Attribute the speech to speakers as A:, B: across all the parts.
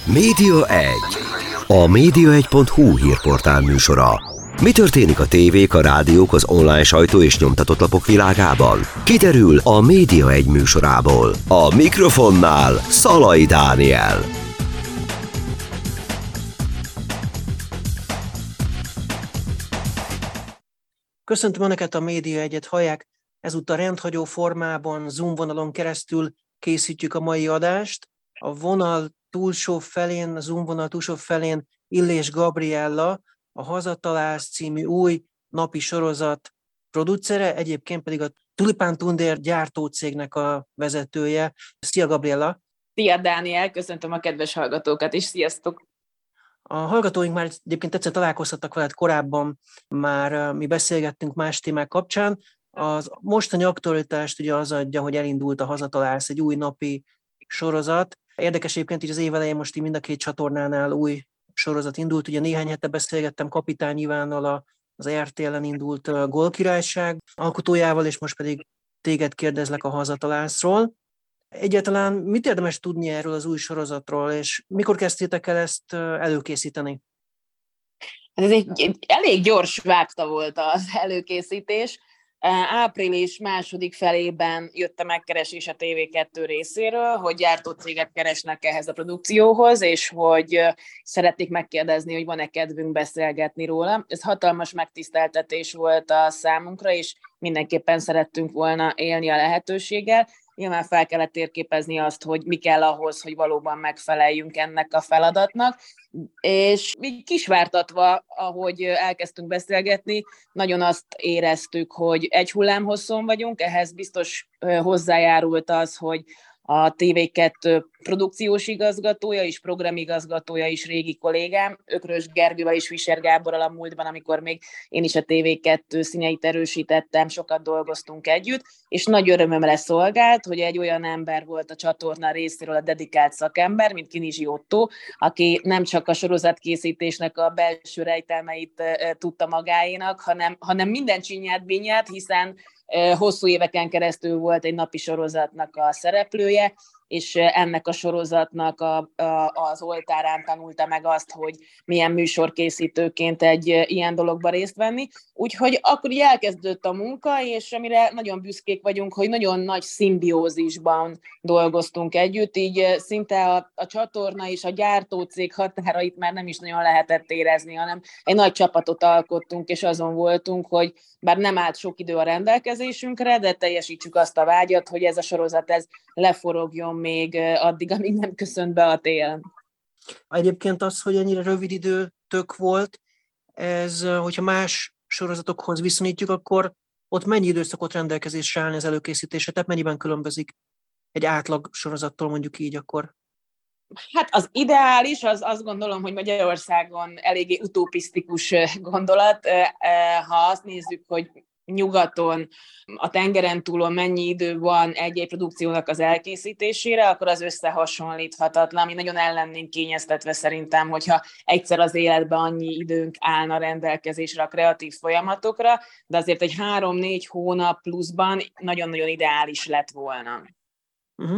A: Média 1. A média1.hu hírportál műsora. Mi történik a tévék, a rádiók, az online sajtó és nyomtatott lapok világában? Kiderül a Média 1 műsorából. A mikrofonnál Szalai Dániel.
B: Köszöntöm Önöket, a Média 1-et hallják. Ezúttal rendhagyó formában, Zoom vonalon keresztül készítjük a mai adást. A vonal túlsó felén, a Zoom vonal túlsó felén Illés Gabriella, a Hazatalálsz című új napi sorozat producere, egyébként pedig a Tulipán Tundér gyártócégnek a vezetője. Szia, Gabriella!
C: Szia, Dániel! Köszöntöm a kedves hallgatókat is, sziasztok!
B: A hallgatóink már egyébként egyszer találkoztattak veled korábban, már mi beszélgettünk más témák kapcsán. Az mostani aktualitást ugye az adja, hogy elindult a Hazatalálsz, egy új napi sorozat. Érdekes egyébként, így az év elején most így mind a két csatornánál új sorozat indult. Ugye néhány hete beszélgettem Kapitány Ivánnal, az RTL-en indult Gólkirályság alkotójával, és most pedig téged kérdezlek a Hazatalászról. Egyáltalán mit érdemes tudni erről az új sorozatról, és mikor kezdtétek el ezt előkészíteni?
C: Ez egy elég gyors vágta volt az előkészítés. Április második felében jött a megkeresés a TV2 részéről, hogy gyártócéget keresnek ehhez a produkcióhoz, és hogy szeretnék megkérdezni, hogy van-e kedvünk beszélgetni róla. Ez hatalmas megtiszteltetés volt a számunkra, és mindenképpen szerettünk volna élni a lehetőséggel. Nyilván fel kellett térképezni azt, hogy mi kell ahhoz, hogy valóban megfeleljünk ennek a feladatnak, és így kisvártatva, ahogy elkezdtünk beszélgetni, nagyon azt éreztük, hogy egy hullámhosszon vagyunk, ehhez biztos hozzájárult az, hogy a TV2 produkciós igazgatója és programigazgatója is régi kollégám, Ökrös Gergővel és Fischer Gáborral a múltban, amikor még én is a TV2 színeit erősítettem, sokat dolgoztunk együtt, és nagy örömömre szolgált, hogy egy olyan ember volt a csatorna részéről a dedikált szakember, mint Kinizsi Ottó, aki nem csak a sorozatkészítésnek a belső rejtelmeit tudta magáénak, hanem minden csinyát-binyát, hiszen hosszú éveken keresztül volt egy napi sorozatnak a szereplője, és ennek a sorozatnak az oltárán tanulta meg azt, hogy milyen műsorkészítőként egy ilyen dologba részt venni. Úgyhogy akkor így elkezdődött a munka, és amire nagyon büszkék vagyunk, hogy nagyon nagy szimbiózisban dolgoztunk együtt, így szinte a csatorna és a gyártócég határait már nem is nagyon lehetett érezni, hanem egy nagy csapatot alkottunk, és azon voltunk, hogy bár nem állt sok idő a rendelkezésünkre, de teljesítsük azt a vágyat, hogy ez a sorozat leforogjon még addig, amíg nem köszönt be a tél.
B: Egyébként az, hogy ennyire rövid időtök volt, ez, hogyha más sorozatokhoz viszonyítjuk, akkor ott mennyi idő szokott rendelkezésre állni az előkészítése? Tehát mennyiben különbözik egy átlag sorozattól, mondjuk így akkor?
C: Hát az ideális, azt gondolom, hogy Magyarországon eléggé utopisztikus gondolat. Ha azt nézzük, hogy nyugaton, a tengeren túlon mennyi idő van egy produkciónak az elkészítésére, akkor az összehasonlíthatatlan. Mi nagyon el lennénk kényeztetve szerintem, hogyha egyszer az életben annyi időnk állna rendelkezésre a kreatív folyamatokra, de azért egy 3-4 hónap pluszban nagyon-nagyon ideális lett volna.
B: Uh-huh.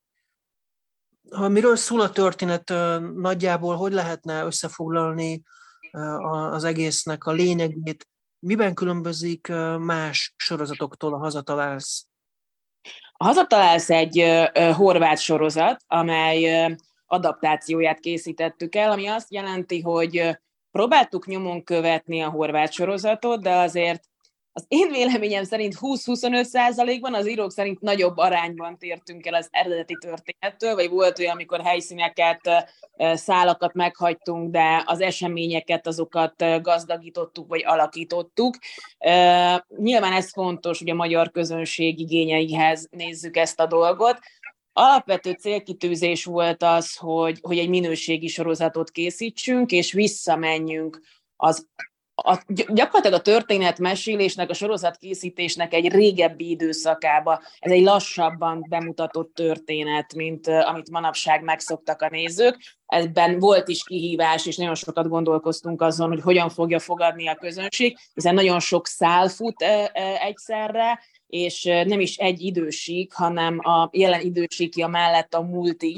B: Miről szól a történet nagyjából, hogy lehetne összefoglalni az egésznek a lényegét? Miben különbözik más sorozatoktól a Hazatalálsz?
C: A Hazatalálsz egy horvát sorozat, amely adaptációját készítettük el, ami azt jelenti, hogy próbáltuk nyomon követni a horvát sorozatot, de azért az én véleményem szerint 20-25%-ban, az írók szerint nagyobb arányban tértünk el az eredeti történettől, vagy volt olyan, amikor helyszíneket, szálakat meghagytunk, de az eseményeket, azokat gazdagítottuk, vagy alakítottuk. Nyilván ez fontos, hogy a magyar közönség igényeihez nézzük ezt a dolgot. Alapvető célkitűzés volt az, hogy egy minőségi sorozatot készítsünk, és visszamenjünk gyakorlatilag a történetmesélésnek, a sorozatkészítésnek egy régebbi időszakába. Ez egy lassabban bemutatott történet, mint amit manapság megszoktak a nézők. Ebben volt is kihívás, és nagyon sokat gondolkoztunk azon, hogy hogyan fogja fogadni a közönség, hiszen nagyon sok szál fut egyszerre, és nem is egy idősík, hanem a jelen idősíkja mellett a múlt is.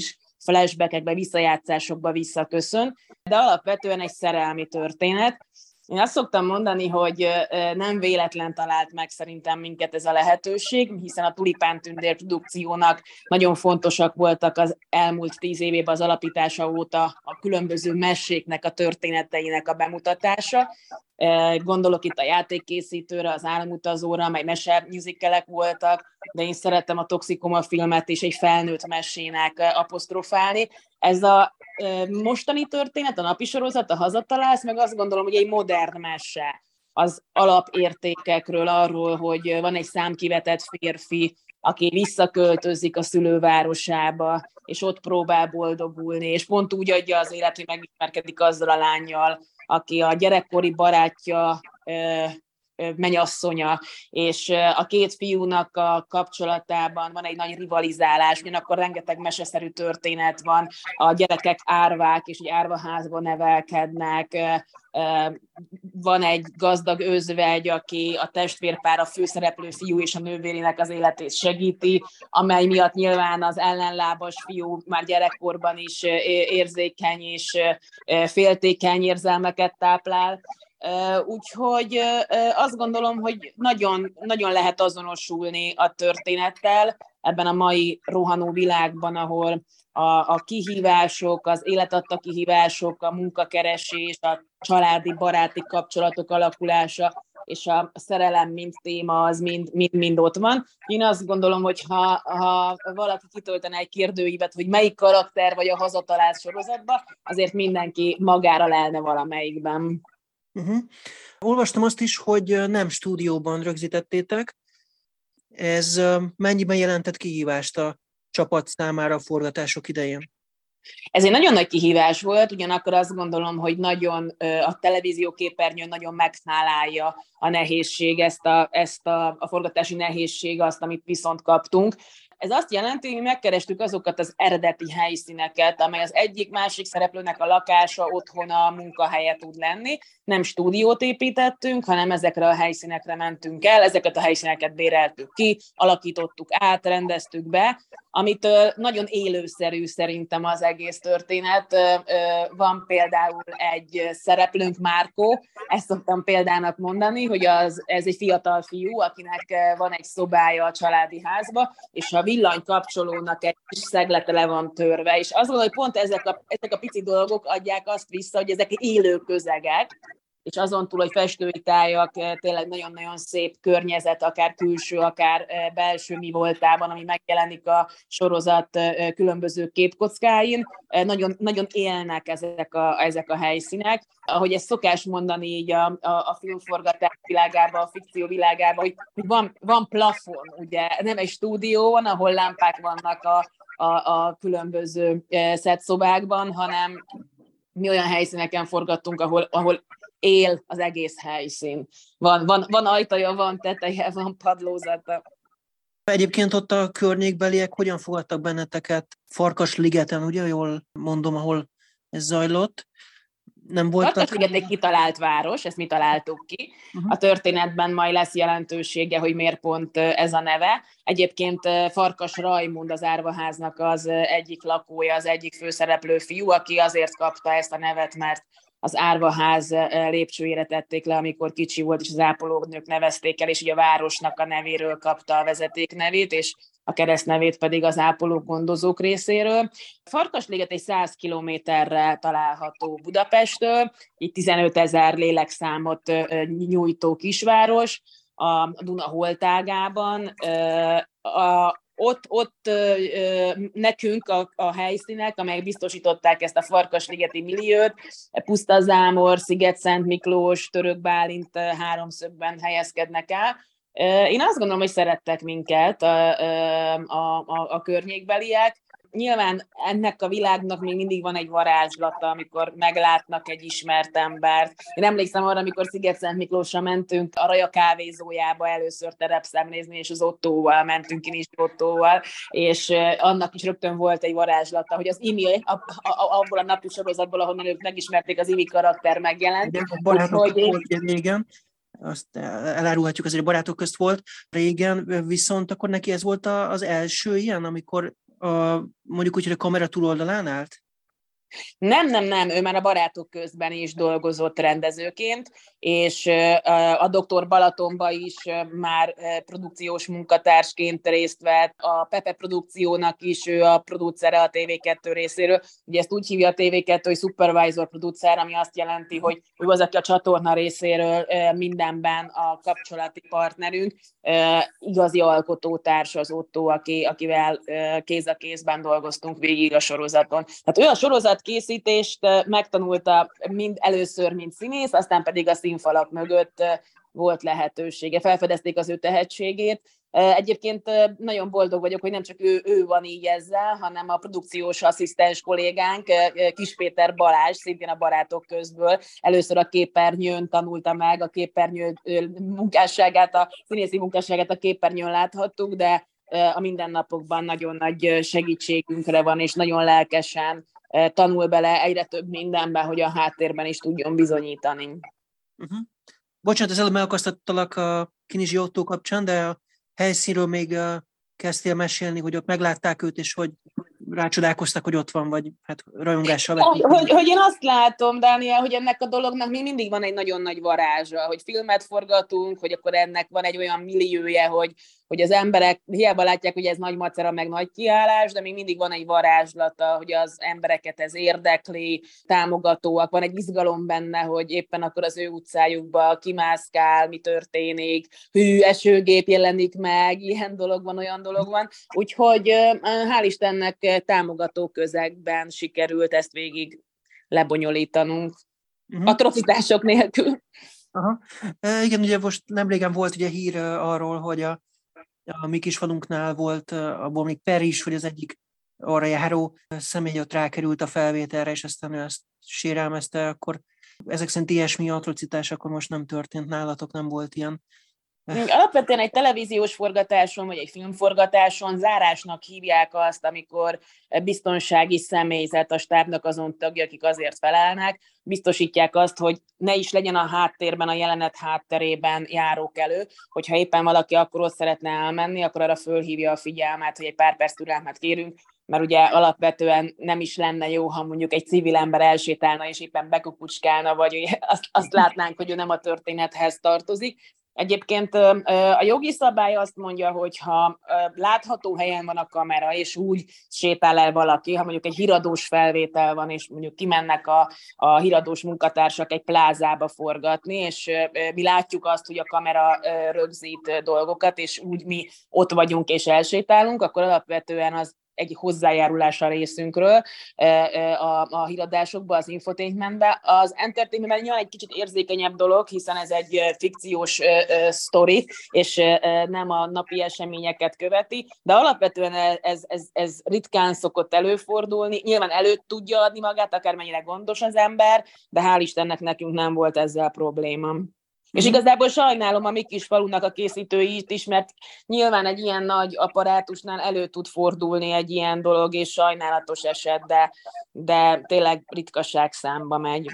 C: flashbackekbe, visszajátszásokba visszaköszön, de alapvetően egy szerelmi történet. Én azt szoktam mondani, hogy nem véletlen talált meg szerintem minket ez a lehetőség, hiszen a Tulipán tündér produkciónak nagyon fontosak voltak az elmúlt 10 évében az alapítása óta a különböző meséknek, a történeteinek a bemutatása. Gondolok itt a játékkészítőre, az Álomutazóra, mely mese musicalek voltak, de én szerettem a Toxikoma filmet is egy felnőtt mesének apostrofálni. Ez a mostani történet, a napi sorozat, a Hazatalálsz, meg azt gondolom, hogy egy modern mese az alapértékekről, arról, hogy van egy számkivetett férfi, aki visszaköltözik a szülővárosába, és ott próbál boldogulni, és pont úgy adja az élet, hogy megismerkedik azzal a lánnyal, aki a gyerekkori barátja, mennyasszonya, és a két fiúnak a kapcsolatában van egy nagy rivalizálás, ugyanakkor rengeteg meseszerű történet van, a gyerekek árvák, és egy árvaházban nevelkednek, van egy gazdag özvegy, aki a testvérpár, a főszereplő fiú és a nővérének az életét segíti, amely miatt nyilván az ellenlábas fiú már gyerekkorban is érzékeny és féltékeny érzelmeket táplál. Úgyhogy azt gondolom, hogy nagyon, nagyon lehet azonosulni a történettel ebben a mai rohanó világban, ahol a kihívások, az élet adta kihívások, a munkakeresés, a családi, baráti kapcsolatok alakulása és a szerelem mint téma, az mind ott van. Én azt gondolom, hogy ha valaki kitöltene egy kérdőívet, hogy melyik karakter vagy a Hazatalálsz sorozatban, azért mindenki magára lelne valamelyikben.
B: Olvastam azt is, hogy nem stúdióban rögzítettétek. Ez mennyiben jelentett kihívást a csapat számára a forgatások idején?
C: Ez egy nagyon nagy kihívás volt, ugyanakkor azt gondolom, hogy nagyon a televízióképernyőn nagyon megszállálja a nehézség, ezt a forgatási nehézség, azt, amit viszont kaptunk. Ez azt jelenti, hogy mi megkerestük azokat az eredeti helyszíneket, amely az egyik-másik szereplőnek a lakása, otthona, munkahelye tud lenni. Nem stúdiót építettünk, hanem ezekre a helyszínekre mentünk el, ezeket a helyszíneket béreltük ki, alakítottuk át, rendeztük be, amitől nagyon élőszerű szerintem az egész történet. Van például egy szereplőnk, Márkó, ezt szoktam példának mondani, hogy ez egy fiatal fiú, akinek van egy szobája a családi házba, és a villanykapcsolónak egy kis szeglete le van törve, és azt gondolom, hogy pont ezek a pici dolgok adják azt vissza, hogy ezek élő közegek, és azon túl, hogy festői tájak, tényleg nagyon-nagyon szép környezet, akár külső, akár belső mi voltában, ami megjelenik a sorozat különböző képkockáin, nagyon, nagyon élnek ezek a helyszínek. Ahogy ezt szokás mondani így a filmforgatás világában, a fikció világában, hogy van plafon, ugye, nem egy stúdión, ahol lámpák vannak a különböző szedszobákban, hanem mi olyan helyszíneken forgattunk, ahol él az egész helyszín. Van ajtaja, van teteje, van padlózata.
B: Egyébként ott a környékbeliek hogyan fogadtak benneteket? Farkasligeten, ugye, jól mondom, ahol ez zajlott? Nem voltak...
C: Farkasliget egy kitalált város, ezt mi találtuk ki. A történetben majd lesz jelentősége, hogy miért pont ez a neve. Egyébként Farkas Rajmund, az árvaháznak az egyik lakója, az egyik főszereplő fiú, aki azért kapta ezt a nevet, mert az árvaház lépcsőjére tették le, amikor kicsi volt, és az ápolónők nevezték el, és ugye a városnak a nevéről kapta a vezetéknevét, és a keresztnevét pedig az ápolók, gondozók részéről. Farkasliget egy 100 kilométerre található Budapesttől, így 15 000 lélekszámot nyújtó kisváros, a Duna holtágában. Ott nekünk a helyszínek, amelyek biztosították ezt a farkasligeti milliót, Pusztazámor, Sziget-Szent Miklós, Török Bálint háromszögben helyezkednek el. Én azt gondolom, hogy szerettek minket a környékbeliek. Nyilván ennek a világnak még mindig van egy varázslata, amikor meglátnak egy ismert embert. Én emlékszem arra, amikor Sziget-Szent Miklósra mentünk a Raja kávézójába először terepszemlézni, és az Ottóval mentünk ki is Ottóval, és annak is rögtön volt egy varázslata, hogy az Imi, abból a napi sorozatból, ahonnan ők megismerték, az Imi karakter megjelent.
B: A barátok volt régen, azt elárulhatjuk, azért barátok közt volt régen, viszont akkor neki ez volt az első ilyen, amikor mondjuk úgy, hogy a kamera túloldalán állt?
C: Nem, ő már a Barátok közben is dolgozott rendezőként, és a Dr. Balatonba is már produkciós munkatársként részt vett, a Pepe produkciónak is ő a producere a TV2 részéről. Ugye ezt úgy hívja a TV2, hogy supervisor producer, ami azt jelenti, hogy ő az, aki a csatorna részéről mindenben a kapcsolati partnerünk, igazi alkotótárs az Otto, akivel kéz a kézben dolgoztunk végig a sorozaton. Tehát ő a sorozatkészítést megtanulta először, mint színész, aztán pedig a színfalak mögött volt lehetősége. Felfedezték az ő tehetségét. Egyébként nagyon boldog vagyok, hogy nem csak ő van így ezzel, hanem a produkciós asszisztens kollégánk, Kis Péter Balázs, szintén a Barátok közből. Először a képernyőn tanulta meg, a képernyő munkásságát, a színészi munkásságát a képernyőn láthattuk, de a mindennapokban nagyon nagy segítségünkre van, és nagyon lelkesen tanul bele egyre több mindenbe, hogy a háttérben is tudjon bizonyítani.
B: Uh-huh. Bocsánat, az előbb megakasztottalak a Kinizsi Ottó kapcsán, de a helyszínről még kezdtél mesélni, hogy ott meglátták őt, és hogy rácsodálkoztak, hogy ott van, vagy hát rajongással vették.
C: Hogy én azt látom, Dániel, hogy ennek a dolognak még mindig van egy nagyon nagy varázsa, hogy filmet forgatunk, hogy akkor ennek van egy olyan milliója, hogy az emberek hiába látják, hogy ez nagy macera, meg nagy kiállás, de még mindig van egy varázslata, hogy az embereket ez érdekli, támogatóak, van egy izgalom benne, hogy éppen akkor az ő utcájukba kimászkál, mi történik, esőgép jelenik meg, ilyen dolog van, olyan dolog van. Úgyhogy hál' Istennek támogató közegben sikerült ezt végig lebonyolítanunk. Atrocitások nélkül.
B: Aha. Igen, ugye most nemrégen volt ugye hír arról, hogy a mi kis falunknál volt abból még per is, hogy az egyik arra járó személy ott rákerült a felvételre, és aztán ő ezt sérelmezte, akkor ezek szerint ilyesmi atrocitás akkor most nem történt nálatok, nem volt ilyen.
C: Alapvetően egy televíziós forgatáson, vagy egy filmforgatáson zárásnak hívják azt, amikor biztonsági személyzet, a stábnak azon tagja, akik azért felelnek, biztosítják azt, hogy ne is legyen a háttérben, a jelenet hátterében járók elő, hogyha éppen valaki akkor ott szeretne elmenni, akkor arra fölhívja a figyelmet, hogy egy pár perc türelmet kérünk, mert ugye alapvetően nem is lenne jó, ha mondjuk egy civil ember elsétálna, és éppen bekukucskálna, vagy ugye azt látnánk, hogy ő nem a történethez tartozik. Egyébként a jogi szabály azt mondja, hogy ha látható helyen van a kamera, és úgy sétál el valaki, ha mondjuk egy híradós felvétel van, és mondjuk kimennek a híradós munkatársak egy plázába forgatni, és mi látjuk azt, hogy a kamera rögzít dolgokat, és úgy mi ott vagyunk és elsétálunk, akkor alapvetően az egy hozzájárulás a részünkről a híradásokba, az infotainmentbe. Az entertainmentben nyilván egy kicsit érzékenyebb dolog, hiszen ez egy fikciós sztori, és nem a napi eseményeket követi, de alapvetően ez ritkán szokott előfordulni. Nyilván előtt tudja adni magát, akármennyire gondos az ember, de hál' Istennek nekünk nem volt ezzel probléma. És igazából sajnálom a mi kis falunak a készítőit is, mert nyilván egy ilyen nagy apparátusnál elő tud fordulni egy ilyen dolog, és sajnálatos eset, de tényleg ritkaság számba megy.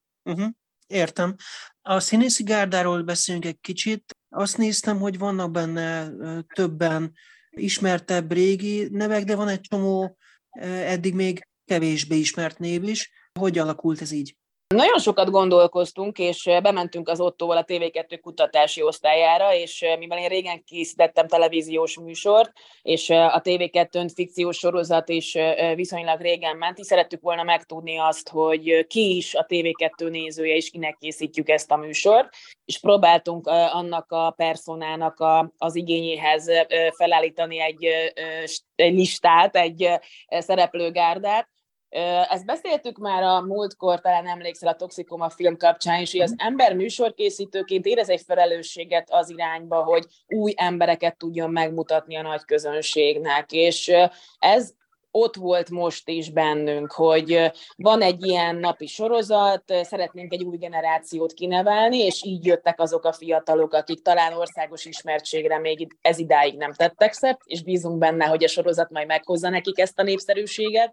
B: Értem. A színészi gárdáról beszéljünk egy kicsit. Azt néztem, hogy vannak benne többen ismertebb régi nevek, de van egy csomó eddig még kevésbé ismert név is. Hogy alakult ez így?
C: Nagyon sokat gondolkoztunk, és bementünk az Ottóval a TV2 kutatási osztályára, és mivel én régen készítettem televíziós műsort, és a TV2-n fikciós sorozat is viszonylag régen ment, így szerettük volna megtudni azt, hogy ki is a TV2 nézője, és kinek készítjük ezt a műsort, és próbáltunk annak a personának az igényéhez felállítani egy listát, egy szereplőgárdát. Ezt beszéltük már a múltkor, talán emlékszel a Toxikoma film kapcsán is, hogy az ember műsorkészítőként érez egy felelősséget az irányba, hogy új embereket tudjon megmutatni a nagy közönségnek, és ez ott volt most is bennünk, hogy van egy ilyen napi sorozat, szeretnénk egy új generációt kinevelni, és így jöttek azok a fiatalok, akik talán országos ismertségre még ez idáig nem tettek szert, és bízunk benne, hogy a sorozat majd meghozza nekik ezt a népszerűséget.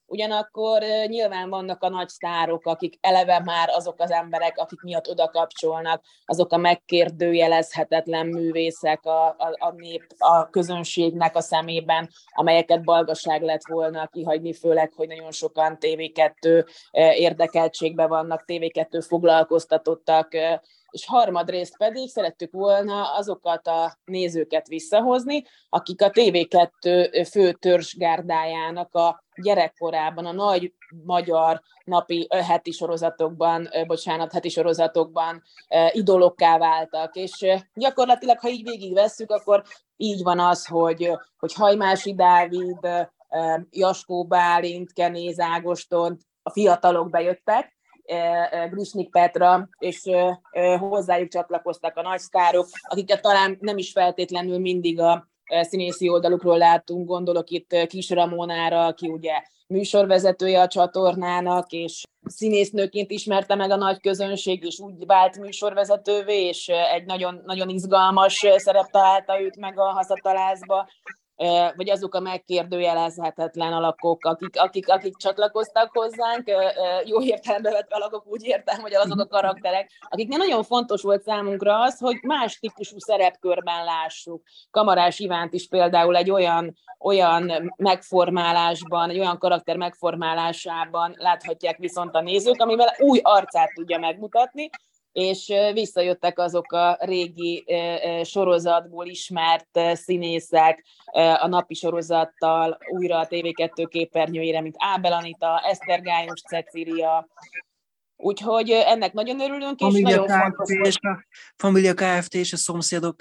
C: ugyanakkor nyilván vannak a nagy sztárok, akik eleve már azok az emberek, akik miatt oda kapcsolnak, azok a megkérdőjelezhetetlen művészek a közönségnek a szemében, amelyeket balgaság lett volna kihagyni, főleg, hogy nagyon sokan TV2 érdekeltségben vannak, TV2 foglalkoztatottak, és harmadrészt pedig szerettük volna azokat a nézőket visszahozni, akik a TV2 fő törzsgárdájának a gyerekkorában, a nagy magyar napi heti sorozatokban idolokká váltak. És gyakorlatilag, ha így végigvesszük, akkor így van az, hogy Hajmási Dávid, Jaskó Bálint, Kenéz Ágoston, a fiatalok bejöttek, Grüsnik Petra, és hozzájuk csatlakoztak a nagy sztárok, akiket talán nem is feltétlenül mindig a színészi oldalukról látunk, gondolok itt Kis Ramónára, aki ugye műsorvezetője a csatornának, és színésznőként ismerte meg a nagy közönség, és úgy vált műsorvezetővé, és egy nagyon, nagyon izgalmas szerep találta őt meg a Hazatalázba, vagy azok a megkérdőjelezhetetlen alakok, akik csatlakoztak hozzánk, jó értelemben vett alakok, úgy értem, hogy azok a karakterek, akiknél nagyon fontos volt számunkra az, hogy más típusú szerepkörben lássuk. Kamarás Ivánt is például egy olyan megformálásban, egy olyan karakter megformálásában láthatják viszont a nézők, amivel új arcát tudja megmutatni, és visszajöttek azok a régi sorozatból ismert színészek a napi sorozattal újra a TV2 képernyőjére, mint Ábel Anita, Esztergályos Cecília. Úgyhogy ennek nagyon örülünk, és nagyon fontos.
B: Família Kft. És a szomszédok.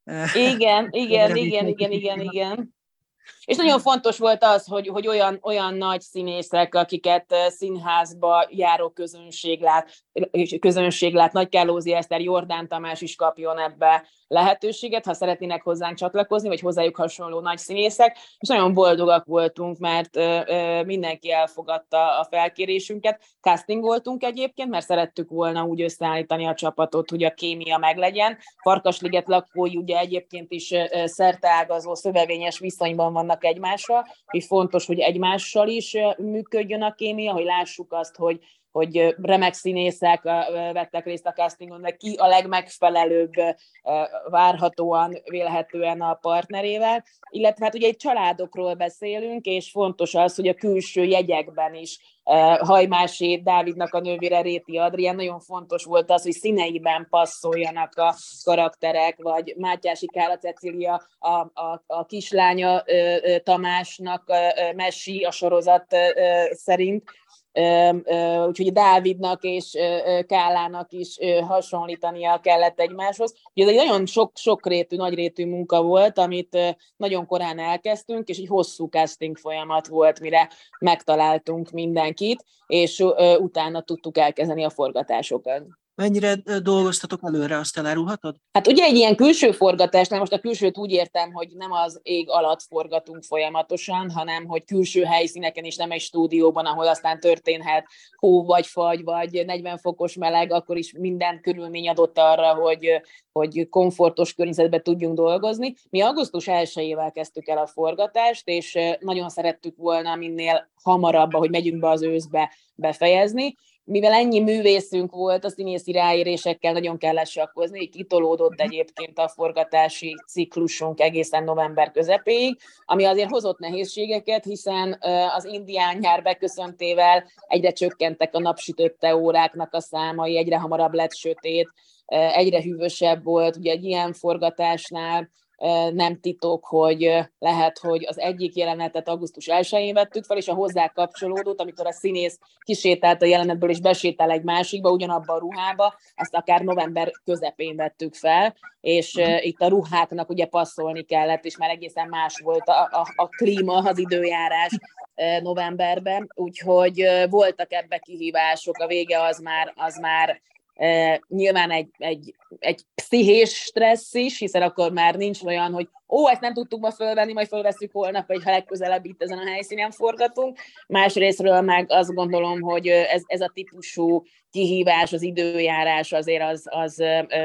C: Igen. És nagyon fontos volt az, hogy olyan nagy színészek, akiket színházba járó közönség lát, Nagy Kellózi Eszter, Jordán Tamás is kapjon ebbe lehetőséget, ha szeretnének hozzánk csatlakozni, vagy hozzájuk hasonló nagy színészek, és nagyon boldogak voltunk, mert mindenki elfogadta a felkérésünket. Castingoltunk egyébként, mert szerettük volna úgy összeállítani a csapatot, hogy a kémia meglegyen. Farkasliget lakói ugye egyébként is szerteágazó, szövevényes viszonyban vannak egymással, és fontos, hogy egymással is működjön a kémia, hogy lássuk azt, hogy remek színészek vettek részt a castingon, de ki a legmegfelelőbb várhatóan, vélhetően a partnerével. Illetve hát ugye egy családokról beszélünk, és fontos az, hogy a külső jegyekben is Hajmási Dávidnak a nővére Réti Adrián, nagyon fontos volt az, hogy színeiben passzoljanak a karakterek, vagy Mátyási Kála Cecília, a kislánya Tamásnak Messi a sorozat szerint, úgyhogy Dávidnak és Kálának is hasonlítania kellett egymáshoz. Ugye ez egy nagyon sokrétű, nagyrétű munka volt, amit nagyon korán elkezdtünk, és egy hosszú casting folyamat volt, mire megtaláltunk mindenkit, és utána tudtuk elkezdeni a forgatásokat.
B: Mennyire dolgoztatok előre, azt elárulhatod?
C: Hát ugye egy ilyen külső forgatásnál, most a külsőt úgy értem, hogy nem az ég alatt forgatunk folyamatosan, hanem hogy külső helyszíneken és nem egy stúdióban, ahol aztán történhet hó vagy fagy, vagy 40 fokos meleg, akkor is minden körülmény adott arra, hogy komfortos környezetben tudjunk dolgozni. Mi augusztus 1-ével kezdtük el a forgatást, és nagyon szerettük volna minél hamarabb, hogy megyünk be az őszbe befejezni. Mivel ennyi művészünk volt, a színészi ráérésekkel nagyon kellett sakkozni, így kitolódott egyébként a forgatási ciklusunk egészen november közepéig, ami azért hozott nehézségeket, hiszen az indián nyár beköszöntével egyre csökkentek a napsütötte óráknak a számai, egyre hamarabb lett sötét, egyre hűvösebb volt. Ugye egy ilyen forgatásnál nem titok, hogy lehet, hogy az egyik jelenetet augusztus 1-én vettük fel, és a hozzá kapcsolódót, amikor a színész kisétált a jelenetből, és besétál egy másikba, ugyanabba a ruhába, azt akár november közepén vettük fel, és itt a ruháknak ugye passzolni kellett, és már egészen más volt a klíma, az időjárás novemberben, úgyhogy voltak ebbe kihívások, a vége az már nyilván egy pszichés stressz is, hiszen akkor már nincs olyan, hogy ezt nem tudtuk ma fölvenni, majd fölveszünk holnap, vagy ha legközelebb itt ezen a helyszínen forgatunk. Másrésztről meg azt gondolom, hogy ez a típusú kihívás, az időjárás azért az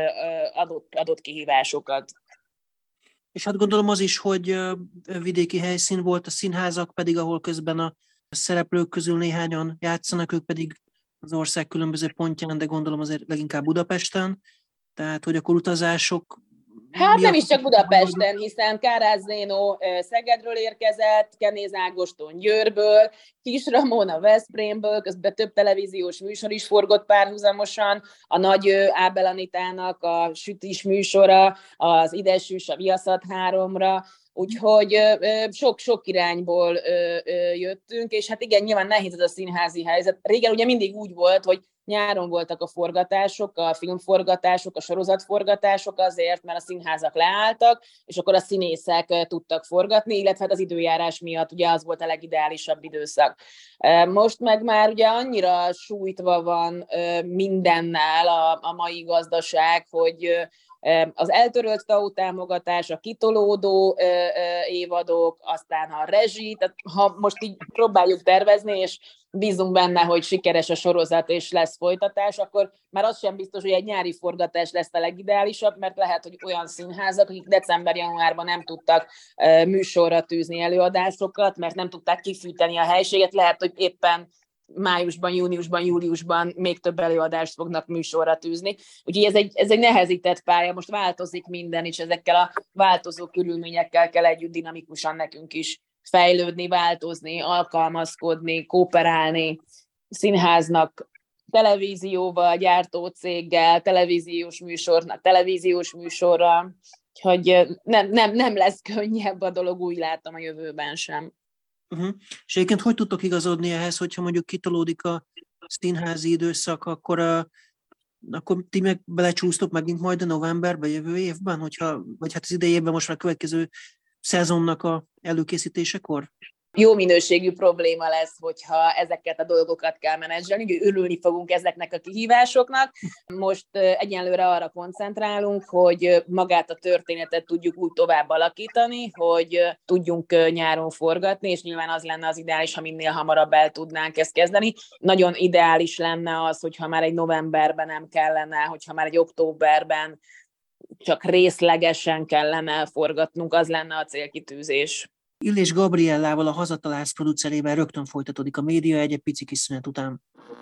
C: adott kihívásokat.
B: És hát gondolom az is, hogy vidéki helyszín volt, a színházak pedig, ahol közben a A szereplők közül néhányan játszanak, ők pedig az ország különböző pontján, de gondolom azért leginkább Budapesten. Tehát, hogy akkor utazások...
C: Hát nem is csak Budapesten, hiszen Káráz Zénó Szegedről érkezett, Kenéz Ágoston Győrből, Kis Ramona Veszprémből, közben több televíziós műsor is forgott párhuzamosan, a nagy Ábel Anitának a sütis műsora, az Idesűs a Viaszat 3-ra, úgyhogy sok-sok irányból jöttünk, és hát igen, nyilván nehéz ez a színházi helyzet. Régen ugye mindig úgy volt, hogy nyáron voltak a forgatások, a filmforgatások, a sorozatforgatások azért, mert a színházak leálltak, és akkor a színészek tudtak forgatni, illetve hát az időjárás miatt ugye az volt a legideálisabb időszak. Most meg már ugye annyira sújtva van mindennel a mai gazdaság, hogy az eltörölt TAO támogatás, a kitolódó évadok, aztán a rezsi, tehát ha most így próbáljuk tervezni, és bízunk benne, hogy sikeres a sorozat és lesz folytatás, akkor már az sem biztos, hogy egy nyári forgatás lesz a legideálisabb, mert lehet, hogy olyan színházak, akik december-januárban nem tudtak műsorra tűzni előadásokat, mert nem tudták kifűteni a helységet, lehet, hogy éppen májusban, júniusban, júliusban még több előadást fognak műsorra tűzni. Úgyhogy ez egy nehezített pálya, most változik minden, és ezekkel a változó körülményekkel kell együtt dinamikusan nekünk is fejlődni, változni, alkalmazkodni, kooperálni színháznak, televízióval, gyártócéggel, televíziós műsornak, televíziós műsorra, úgyhogy nem lesz könnyebb a dolog, úgy látom a jövőben sem.
B: És egyébként hogy tudtok igazodni ehhez, hogyha mondjuk kitolódik a színházi időszak, akkor ti meg belecsúsztok megint majd a novemberbe jövő évben, vagy hát az idei évben most már a következő szezonnak a előkészítésekor?
C: Jó minőségű probléma lesz, hogyha ezeket a dolgokat kell menedzselni, örülni fogunk ezeknek a kihívásoknak. Most egyenlőre arra koncentrálunk, hogy magát a történetet tudjuk úgy tovább alakítani, hogy tudjunk nyáron forgatni, és nyilván az lenne az ideális, ha minél hamarabb el tudnánk ezt kezdeni. Nagyon ideális lenne az, hogyha már egy novemberben nem kellene, hogyha már egy októberben csak részlegesen kellene forgatnunk, az lenne a célkitűzés.
B: Illés Gabriellával, a Hazatalálsz producerével rögtön folytatódik a Média 1 egy pici kis szünet után.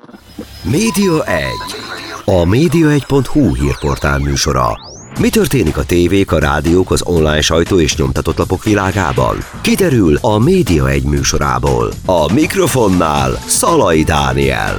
A: Média 1. A média1.hu hírportál műsora. Mi történik a tévék, a rádiók, az online sajtó és nyomtatott lapok világában? Kiderül a Média 1 műsorából. A mikrofonnál Szalai Dániel.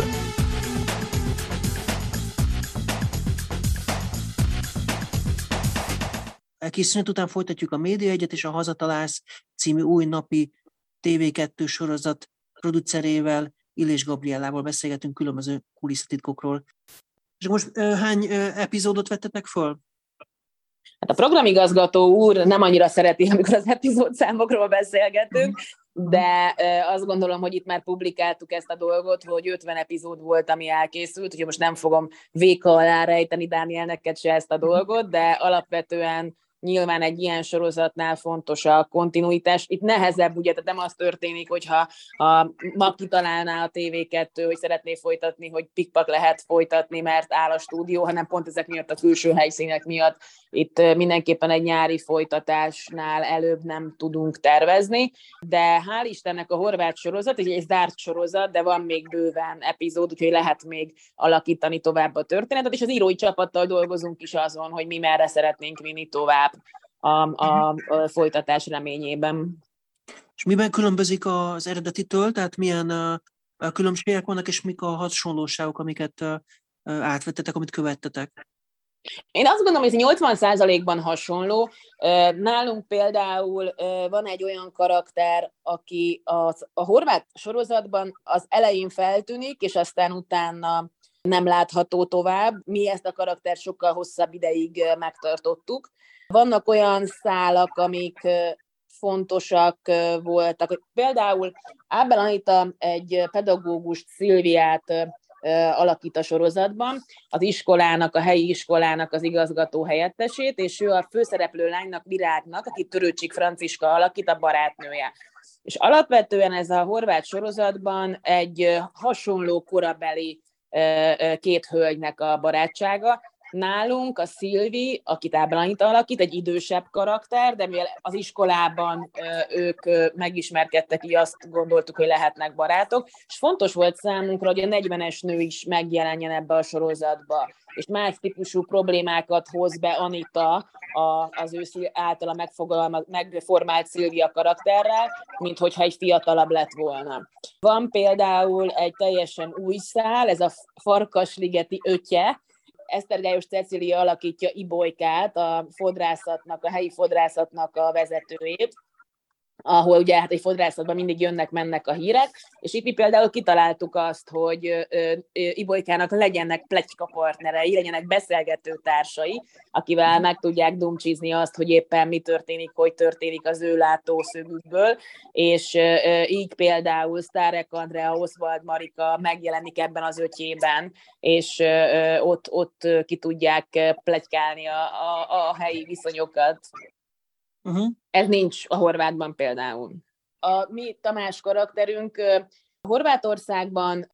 B: Kis szünet után folytatjuk a Média 1-et, és a Hazatalálsz című új napi TV2 sorozat producerével, Illés Gabriellával beszélgetünk különböző kulisszatitkokról. És most hány epizódot vettetek föl?
C: Hát a programigazgató úr nem annyira szereti, amikor az epizódszámokról beszélgetünk, de azt gondolom, hogy itt már publikáltuk ezt a dolgot, hogy 50 epizód volt, ami elkészült, úgyhogy most nem fogom véka alá rejteni Dániel neked se ezt a dolgot, de alapvetően nyilván egy ilyen sorozatnál fontos a kontinuitás. Itt nehezebb, ugye, tehát nem az történik, hogyha ma kitalálná a TV2, hogy szeretné folytatni, hogy pikpak lehet folytatni, mert áll a stúdió, hanem pont ezek miatt a külső helyszínek miatt itt mindenképpen egy nyári folytatásnál előbb nem tudunk tervezni, de hál' Istennek a horvát sorozat, egy zárt sorozat, de van még bőven epizód, úgyhogy lehet még alakítani tovább a történetet, és az írói csapattal dolgozunk is azon, hogy mi merre szeretnénk vinni tovább a folytatás reményében.
B: És miben különbözik az eredetitől, tehát milyen különbségek vannak, és mik a hasonlóságok, amiket átvettetek, amit követtetek?
C: Én azt gondolom, hogy ez 80%-ban hasonló. Nálunk például van egy olyan karakter, aki a horvát sorozatban az elején feltűnik, és aztán utána nem látható tovább. Mi ezt a karaktert sokkal hosszabb ideig megtartottuk. Vannak olyan szálak, amik fontosak voltak. Például Ábel Anita egy pedagógust, Szilviát alakít a sorozatban, az iskolának, a helyi iskolának az igazgató helyettesét, és ő a főszereplő lánynak, Virágnak, akit Törőcsik Franciska alakít, a barátnője. És alapvetően ez a horvát sorozatban egy hasonló korabeli két hölgynek a barátsága. Nálunk a Szilvi, akit Ábránita alakít, egy idősebb karakter, de mivel az iskolában ők megismerkedtek, így azt gondoltuk, hogy lehetnek barátok, és fontos volt számunkra, hogy a 40-es nő is megjelenjen ebbe a sorozatba, és más típusú problémákat hoz be Anita az ő általa megformált Szilvia karakterrel, mint hogyha egy fiatalabb lett volna. Van például egy teljesen új szál, ez a Farkasligeti ötje. Esztergályos Cecília alakítja Ibolykát, a helyi fodrászatnak a vezetőjét, ahol ugye hát egy fodrászatban mindig jönnek-mennek a hírek, és itt mi például kitaláltuk azt, hogy Ibolykának legyenek pletykapartnerei, legyenek beszélgető társai, akivel meg tudják dumcsizni azt, hogy éppen mi történik, hogy történik az ő látószögükből, és így például Sztárek Andrea, Oswald Marika megjelenik ebben az ötjében, és ott ki tudják pletykálni a helyi viszonyokat. Ez nincs a horvátban például. A mi Tamás karakterünk Horvátországban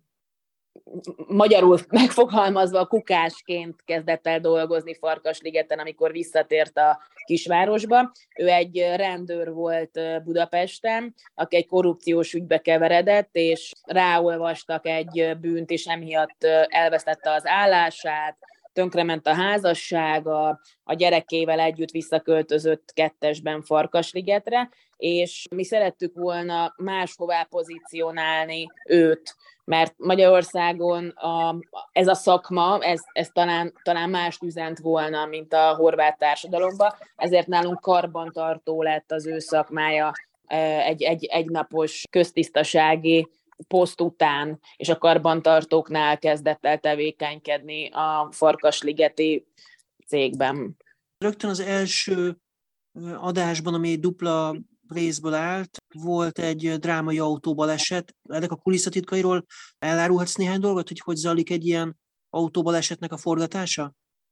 C: magyarul megfogalmazva kukásként kezdett el dolgozni Farkasligeten, amikor visszatért a kisvárosba. Ő egy rendőr volt Budapesten, aki egy korrupciós ügybe keveredett, és ráolvastak egy bűnt, és emiatt elvesztette az állását, tönkrement a házassága, a gyerekével együtt visszaköltözött kettesben Farkasligetre, és mi szerettük volna máshová pozícionálni őt, mert Magyarországon ez a szakma, ez talán mást üzent volna, mint a horvát társadalomban, ezért nálunk karbantartó lett az ő szakmája egy egynapos köztisztasági poszt után, és a karbantartóknál kezdett el tevékenykedni a Farkasligeti cégben.
B: Rögtön az első adásban, ami egy dupla részből állt, volt egy drámai autóbaleset. Ennek a kulisszatitkairól elárulhatsz néhány dolgot, hogy zajlik egy ilyen autóbalesetnek a forgatása?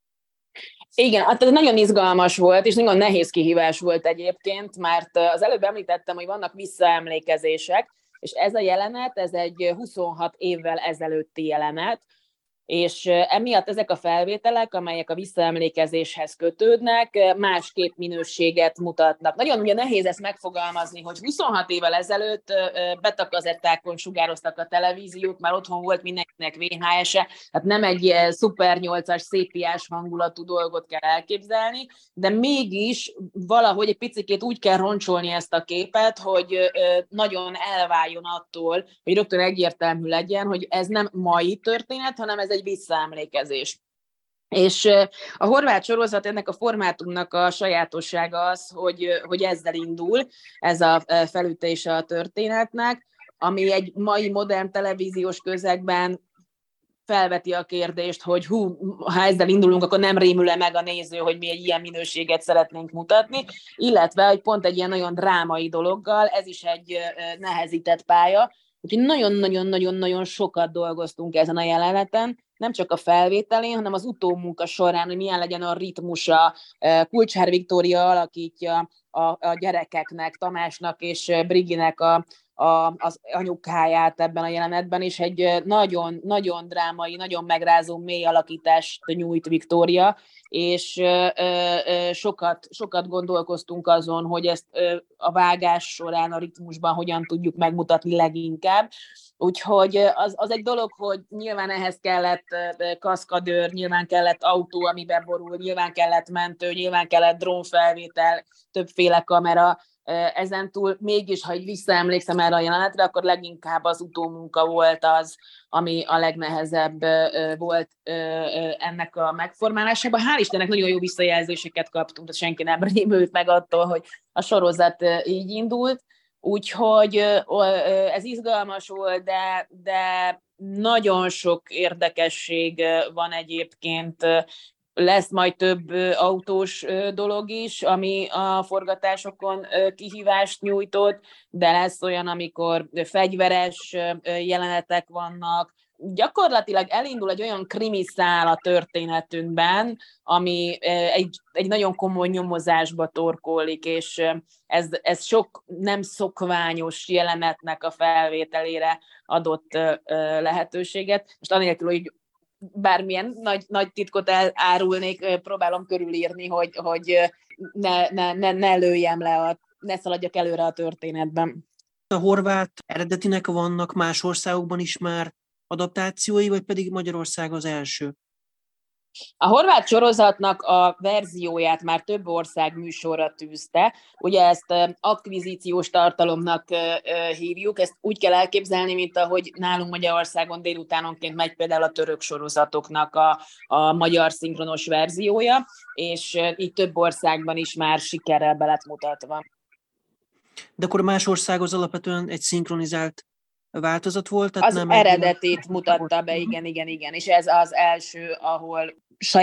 C: Igen, hát ez nagyon izgalmas volt, és nagyon nehéz kihívás volt egyébként, mert az előbb említettem, hogy vannak visszaemlékezések, és ez a jelenet, ez egy 26 évvel ezelőtti jelenet, és emiatt ezek a felvételek, amelyek a visszaemlékezéshez kötődnek, másképp minőséget mutatnak. Nagyon ugye nehéz ezt megfogalmazni, hogy 26 évvel ezelőtt betakazettákon sugároztak a televíziót, már otthon volt mindenkinek VHS-e, tehát nem egy ilyen szuper 8-as szépiás hangulatú dolgot kell elképzelni, de mégis valahogy egy picikét úgy kell roncsolni ezt a képet, hogy nagyon elváljon attól, hogy rögtön egyértelmű legyen, hogy ez nem mai történet, hanem ez egy visszaemlékezés. És a horvát sorozat, ennek a formátumnak a sajátossága az, hogy ezzel indul, ez a felütése a történetnek, ami egy mai modern televíziós közegben felveti a kérdést, hogy ha ezzel indulunk, akkor nem rémül-e meg a néző, hogy mi egy ilyen minőséget szeretnénk mutatni, illetve, hogy pont egy ilyen nagyon drámai dologgal, ez is egy nehezített pálya, úgyhogy nagyon-nagyon-nagyon sokat dolgoztunk ezen a jeleneten, nem csak a felvételén, hanem az utómunka során, hogy milyen legyen a ritmusa. Kulcsár Viktória alakítja a gyerekeknek, Tamásnak és Briginek az anyukáját ebben a jelenetben, és egy nagyon drámai, nagyon megrázó mély alakítást nyújt Viktória, és sokat gondolkoztunk azon, hogy ezt a vágás során, a ritmusban hogyan tudjuk megmutatni leginkább. Úgyhogy az egy dolog, hogy nyilván ehhez kellett kaszkadőr, nyilván kellett autó, amiben borul, nyilván kellett mentő, nyilván kellett drónfelvétel, többféle kamera. Ezentúl mégis, ha visszaemlékszem erre a jelenetre, akkor leginkább az utómunka volt az, ami a legnehezebb volt ennek a megformálásában. Hál' Istennek nagyon jó visszajelzéseket kaptunk, tehát senki nem rémült meg attól, hogy a sorozat így indult. Úgyhogy ez izgalmas volt, de nagyon sok érdekesség van egyébként. Lesz majd több autós dolog is, ami a forgatásokon kihívást nyújtott, de lesz olyan, amikor fegyveres jelenetek vannak. Gyakorlatilag elindul egy olyan krimi szál a történetünkben, ami egy nagyon komoly nyomozásba torkollik, és ez sok nem szokványos jelenetnek a felvételére adott lehetőséget. Most anélkül, hogy bármilyen nagy titkot elárulnék, próbálom körülírni, hogy ne lőjem le, ne szaladjak előre a történetben.
B: A horvát eredetinek vannak más országokban is már adaptációi, vagy pedig Magyarország az első?
C: A horvát sorozatnak a verzióját már több ország műsorra tűzte. Ugye ezt akvizíciós tartalomnak hívjuk, ezt úgy kell elképzelni, mint ahogy nálunk Magyarországon délutánonként megy például a török sorozatoknak a magyar szinkronos verziója, és így több országban is már sikerrel be lett mutatva.
B: De akkor más országhoz alapvetően egy szinkronizált változat volt? Tehát
C: az
B: nem
C: eredetét mutatta be, igen, és ez az első, ahol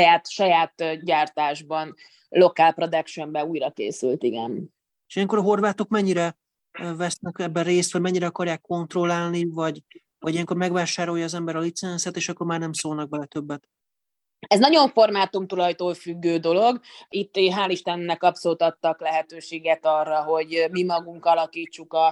C: saját gyártásban, local productionben újra készült, igen.
B: És ilyenkor a horvátok mennyire vesznek ebben részt, vagy mennyire akarják kontrollálni, vagy ilyenkor megvásárolja az ember a licenszet, és akkor már nem szólnak bele többet?
C: Ez nagyon formátumtulajtól függő dolog. Itt hál' Istennek abszolút adtak lehetőséget arra, hogy mi magunk alakítsuk a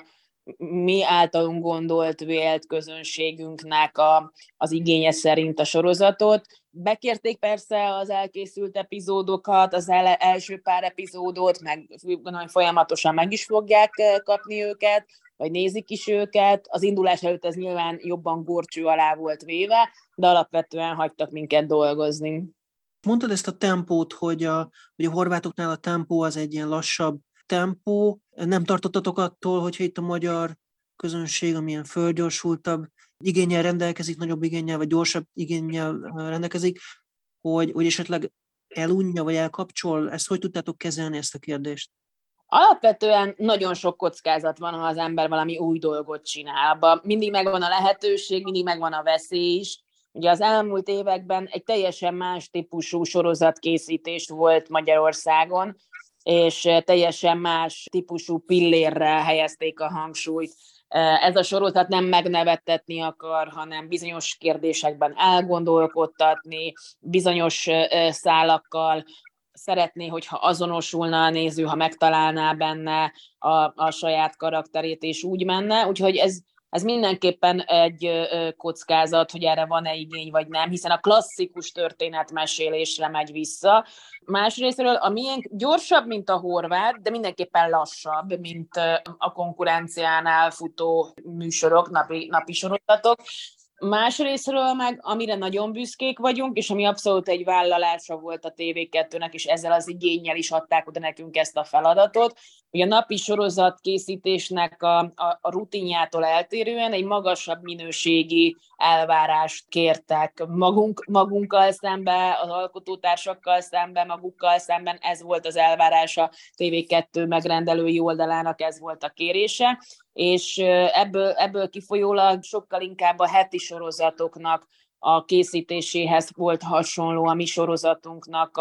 C: mi általunk gondolt, vélt közönségünknek az igénye szerint a sorozatot. Bekérték persze az elkészült epizódokat, az első pár epizódot, meg folyamatosan meg is fogják kapni őket, vagy nézik is őket. Az indulás előtt ez nyilván jobban górcső alá volt véve, de alapvetően hagytak minket dolgozni.
B: Mondtad ezt a tempót, hogy a horvátoknál a tempó az egy ilyen lassabb tempó. Nem tartottatok attól, hogyha itt a magyar közönség, amilyen fölgyorsultabb igénnyel rendelkezik, nagyobb igénnyel, vagy gyorsabb igénnyel rendelkezik, hogy esetleg elunja, vagy elkapcsol? Ezt hogy tudtátok kezelni, ezt a kérdést?
C: Alapvetően nagyon sok kockázat van, ha az ember valami új dolgot csinál. Abba mindig megvan a lehetőség, mindig megvan a veszély is. Ugye az elmúlt években egy teljesen más típusú sorozatkészítés volt Magyarországon, és teljesen más típusú pillérre helyezték a hangsúlyt. Ez a sorozat nem megnevettetni akar, hanem bizonyos kérdésekben elgondolkodtatni, bizonyos szálakkal szeretné, hogyha azonosulna a néző, ha megtalálná benne a saját karakterét, és úgy menne. Úgyhogy ez mindenképpen egy kockázat, hogy erre van-e igény, vagy nem, hiszen a klasszikus történetmesélésre megy vissza. Másrésztről a miénk gyorsabb, mint a horvát, de mindenképpen lassabb, mint a konkurenciánál futó műsorok, napi sorozatok. Másrésztről meg, amire nagyon büszkék vagyunk, és ami abszolút egy vállalása volt a TV2-nek, és ezzel az igénnyel is adták oda nekünk ezt a feladatot, hogy a napi sorozat készítésnek a rutinjától eltérően egy magasabb minőségi elvárást kértek magunkkal szemben, az alkotótársakkal szemben, magukkal szemben. Ez volt az elvárás a TV2 megrendelői oldalának, ez volt a kérése, és ebből kifolyólag sokkal inkább a heti sorozatoknak a készítéséhez volt hasonló a mi sorozatunknak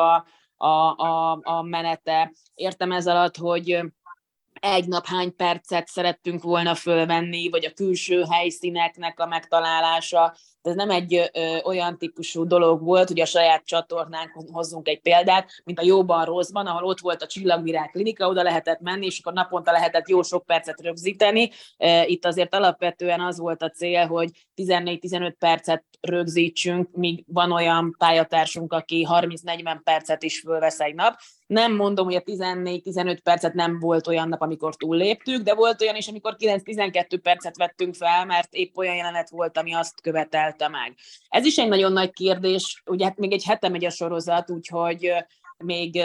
C: a menete. Értem ez alatt, hogy egy nap hány percet szerettünk volna fölvenni, vagy a külső helyszíneknek a megtalálása. Ez nem egy olyan típusú dolog volt, hogy a saját csatornánkon hozzunk egy példát, mint a Jóban Rosszban, ahol ott volt a Csillagvirág klinika, oda lehetett menni, és akkor naponta lehetett jó sok percet rögzíteni. Itt azért alapvetően az volt a cél, hogy 14-15 percet rögzítsünk, míg van olyan pályatársunk, aki 30-40 percet is fölvesz egy nap. Nem mondom, hogy a 14-15 percet nem volt olyan nap, amikor túlléptük, de volt olyan is, amikor 9-12 percet vettünk fel, mert épp olyan jelenet volt, ami azt követelte meg. Ez is egy nagyon nagy kérdés, ugye hát még egy hete megy a sorozat, úgyhogy még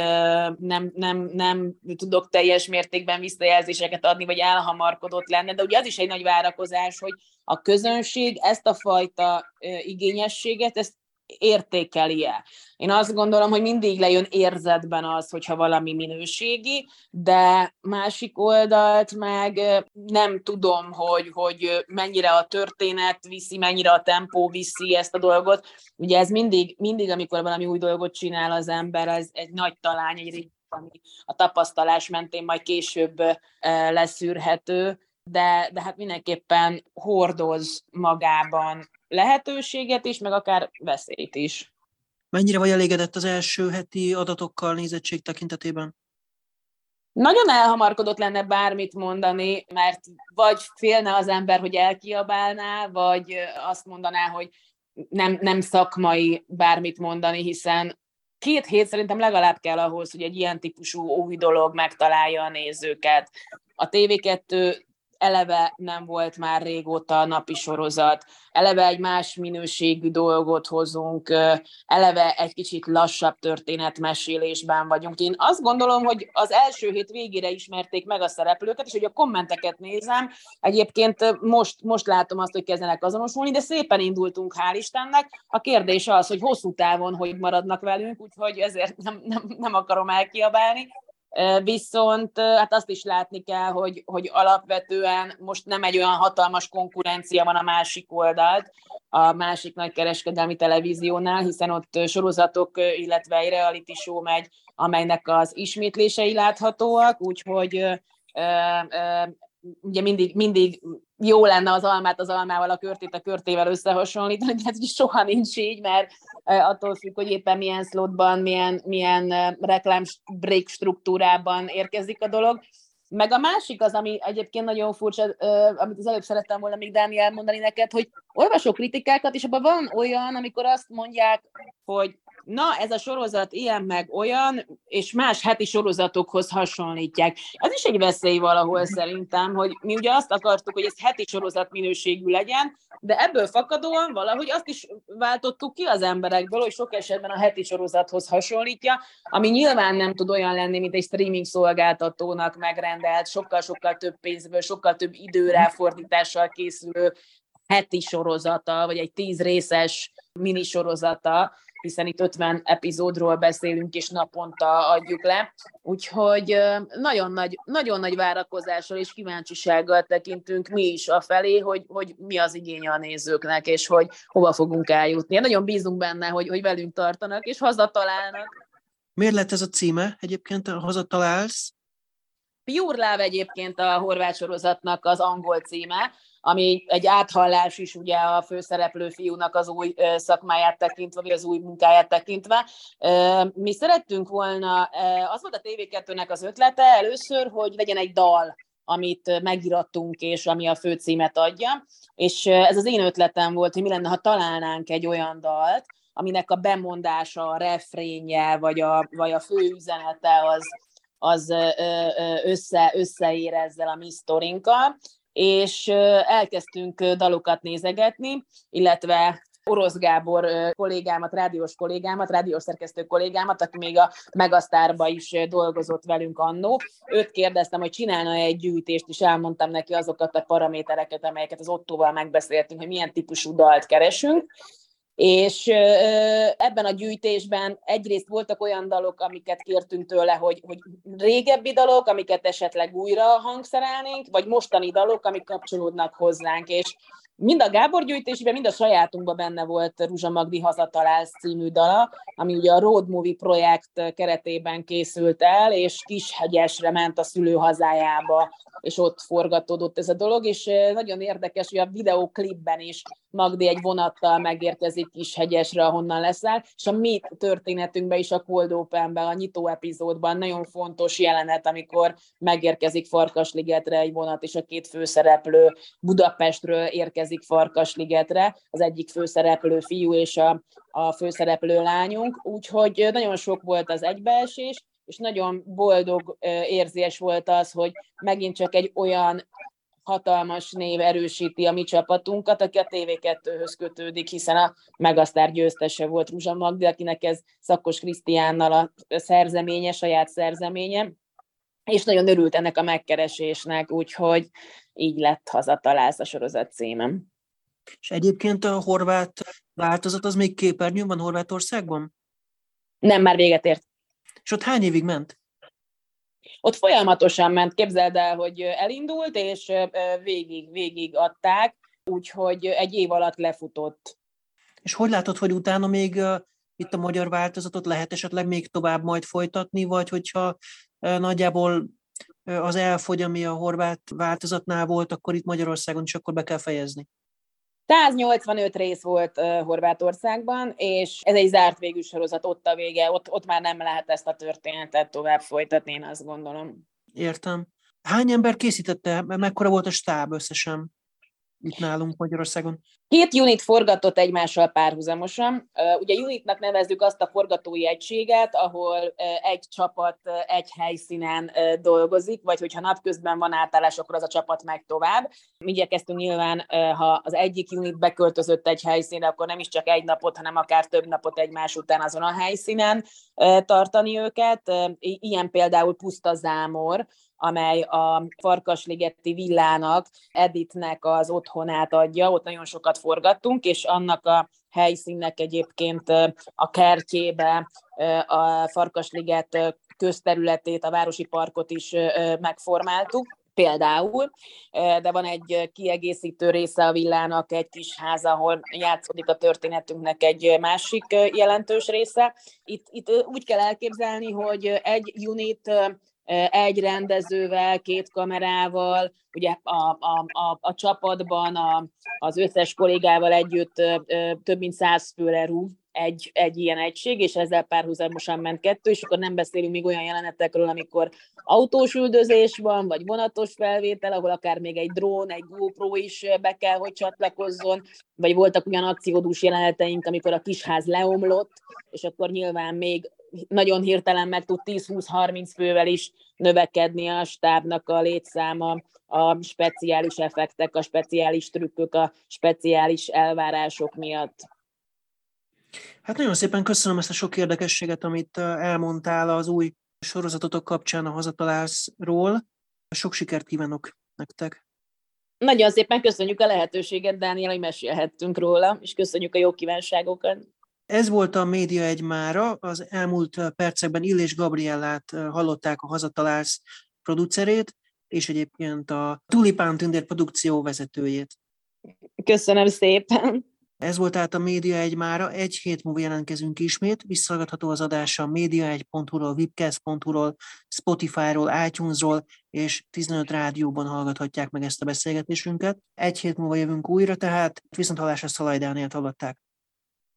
C: nem tudok teljes mértékben visszajelzéseket adni, vagy elhamarkodott lenne, de ugye az is egy nagy várakozás, hogy a közönség ezt a fajta igényességet, ezt értékeli-e. Én azt gondolom, hogy mindig lejön érzetben az, hogyha valami minőségi, de másik oldalt meg nem tudom, hogy mennyire a történet viszi, mennyire a tempó viszi ezt a dolgot. Ugye ez mindig amikor valami új dolgot csinál az ember, ez egy nagy talány, egy ami a tapasztalás mentén majd később leszűrhető, de hát mindenképpen hordoz magában lehetőséget is, meg akár veszélyt is.
B: Mennyire vagy elégedett az első heti adatokkal nézettség tekintetében?
C: Nagyon elhamarkodott lenne bármit mondani, mert vagy félne az ember, hogy elkiabálná, vagy azt mondaná, hogy nem szakmai bármit mondani, hiszen 2 hét szerintem legalább kell ahhoz, hogy egy ilyen típusú új dolog megtalálja a nézőket. A TV2 eleve nem volt már régóta napi sorozat, eleve egy más minőségű dolgot hozunk, eleve egy kicsit lassabb történetmesélésben vagyunk. Én azt gondolom, hogy az első hét végére ismerték meg a szereplőket, és hogy a kommenteket nézem, egyébként most látom azt, hogy kezdenek azonosulni, de szépen indultunk, hál' Istennek. A kérdés az, hogy hosszú távon hogy maradnak velünk, úgyhogy ezért nem akarom elkiabálni. Viszont hát azt is látni kell, hogy alapvetően most nem egy olyan hatalmas konkurencia van a másik oldalt, a másik nagy kereskedelmi televíziónál, hiszen ott sorozatok, illetve egy reality show megy, amelynek az ismétlései láthatóak, úgyhogy ugye mindig jó lenne az almát az almával, a körtét a körtével összehasonlítani, de ez soha nincs így, mert attól függ, hogy éppen milyen slotban, milyen reklám break struktúrában érkezik a dolog. Meg a másik az, ami egyébként nagyon furcsa, amit az előbb szerettem volna még Dániel mondani neked, hogy olvasok kritikákat, és abban van olyan, amikor azt mondják, hogy na, ez a sorozat ilyen meg olyan, és más heti sorozatokhoz hasonlítják. Ez is egy veszély valahol szerintem, hogy mi ugye azt akartuk, hogy ez heti sorozat minőségű legyen, de ebből fakadóan valahogy azt is váltottuk ki az emberekből, hogy sok esetben a heti sorozathoz hasonlítja, ami nyilván nem tud olyan lenni, mint egy streaming szolgáltatónak megrendelt, sokkal-sokkal több pénzből, sokkal több időráfordítással készülő heti sorozata, vagy egy 10 részes minisorozata, hiszen itt 50 epizódról beszélünk, és naponta adjuk le. Úgyhogy nagyon nagy várakozással és kíváncsisággal tekintünk mi is afelé, hogy mi az igénye a nézőknek, és hogy hova fogunk eljutni. Nagyon bízunk benne, hogy velünk tartanak, és hazatalálnak.
B: Miért lett ez a címe egyébként, a Hazatalálsz?
C: Pure Love egyébként a horvát sorozatnak az angol címe, ami egy áthallás is ugye a főszereplő fiúnak az új szakmáját tekintve, vagy az új munkáját tekintve. Mi szerettünk volna, az volt a TV2-nek az ötlete először, hogy legyen egy dal, amit megirattunk, és ami a főcímet adja, és ez az én ötletem volt, hogy mi lenne, ha találnánk egy olyan dalt, aminek a bemondása, a refrénje, vagy a fő üzenete az összeér ezzel a mi sztorinkkal, és elkezdtünk dalokat nézegetni, illetve Orosz Gábor kollégámat, rádiós szerkesztő kollégámat, aki még a Megasztárba is dolgozott velünk annó. Őt kérdeztem, hogy csinálna egy gyűjtést, és elmondtam neki azokat a paramétereket, amelyeket az Ottóval megbeszéltünk, hogy milyen típusú dalt keresünk. És ebben a gyűjtésben egyrészt voltak olyan dalok, amiket kértünk tőle, hogy régebbi dalok, amiket esetleg újra hangszerelnénk, vagy mostani dalok, amik kapcsolódnak hozzánk, és mind a Gábor gyűjtésében, mind a sajátunkban benne volt Ruzsa Magdi Hazatalálsz című dala, ami ugye a Road Movie projekt keretében készült el, és Kishegyesre ment a szülőhazájába, és ott forgatódott ez a dolog, és nagyon érdekes, hogy a videóklipben is Magdi egy vonattal megérkezik Kishegyesre, ahonnan leszáll, és a mi történetünkben is a Cold Openben, a nyitó epizódban nagyon fontos jelenet, amikor megérkezik Farkasligetre egy vonat, és a 2 főszereplő Budapestről érkezik Farkasligetre, az egyik főszereplő fiú és a főszereplő lányunk, úgyhogy nagyon sok volt az egybeesés, és nagyon boldog érzés volt az, hogy megint csak egy olyan hatalmas név erősíti a mi csapatunkat, aki a TV2-höz kötődik, hiszen a Megasztár győztese volt Ruzsa Magdi, akinek ez Szakkos Krisztiánnal a szerzeménye, saját szerzeménye, és nagyon örült ennek a megkeresésnek, úgyhogy így lett Hazatalálsz a sorozat címem.
B: És egyébként a horvát változat az még képernyőn van Horvátországban?
C: Nem, már véget ért.
B: És ott hány évig ment?
C: Ott folyamatosan ment, képzeld el, hogy elindult, és végig adták, úgyhogy egy év alatt lefutott.
B: És hogy látod, hogy utána még itt a magyar változatot lehet esetleg még tovább majd folytatni, vagy hogyha nagyjából az elfogy, ami a horvát változatnál volt, akkor itt Magyarországon is akkor be kell fejezni?
C: 185 rész volt Horvátországban, és ez egy zárt végű sorozat, ott a vége, ott már nem lehet ezt a történetet tovább folytatni, én azt gondolom.
B: Értem. Hány ember készítette? Mekkora volt a stáb összesen? itt nálunk Magyarországon?
C: 2 unit forgatott egymással párhuzamosan. Ugye unitnak nevezzük azt a forgatói egységet, ahol egy csapat egy helyszínen dolgozik, vagy hogyha napközben van átállás, akkor az a csapat megy tovább. Igyekeztünk nyilván, ha az egyik unit beköltözött egy helyszínre, akkor nem is csak egy napot, hanem akár több napot egymás után azon a helyszínen tartani őket. Ilyen például Puszta Zámor, amely a Farkasligeti villának, Editnek az otthonát adja, ott nagyon sokat forgattunk, és annak a helyszínnek egyébként a kertjébe a Farkasliget közterületét, a városi parkot is megformáltuk, például, de van egy kiegészítő része a villának, egy kis ház, ahol játszódik a történetünknek egy másik jelentős része. Itt úgy kell elképzelni, hogy egy unit egy rendezővel, 2 kamerával, ugye a csapatban az összes kollégával együtt több mint 100 főre rúg egy ilyen egység, és ezzel párhuzamosan ment 2, és akkor nem beszélünk még olyan jelenetekről, amikor autós üldözés van, vagy vonatos felvétel, ahol akár még egy drón, egy GoPro is be kell, hogy csatlakozzon, vagy voltak olyan akciódús jeleneteink, amikor a kisház leomlott, és akkor nyilván még nagyon hirtelen meg tud 10-20-30 fővel is növekedni a stábnak a létszáma, a speciális effektek, a speciális trükkök, a speciális elvárások miatt.
B: Hát nagyon szépen köszönöm ezt a sok érdekességet, amit elmondtál az új sorozatotok kapcsán a Hazatalálszról. Sok sikert kívánok nektek!
C: Nagyon szépen köszönjük a lehetőséget, Dániel, hogy mesélhettünk róla, és köszönjük a jó kívánságokat.
B: Ez volt a Média 1 mára. Az elmúlt percekben Illés Gabriellát hallották, a Hazatalálsz producerét, és egyébként a Tulipán Tündér produkció vezetőjét.
C: Köszönöm szépen!
B: Ez volt tehát a Média 1 mára. 1 hét múlva jelentkezünk ismét. Visszahallgatható az adása média1.hu-ról, webcast.hu-ról, Spotify-ról, iTunes-ról, és 15 rádióban hallgathatják meg ezt a beszélgetésünket. 1 hét múlva jövünk újra, tehát viszonthallásra Szalai Dánielt hallották.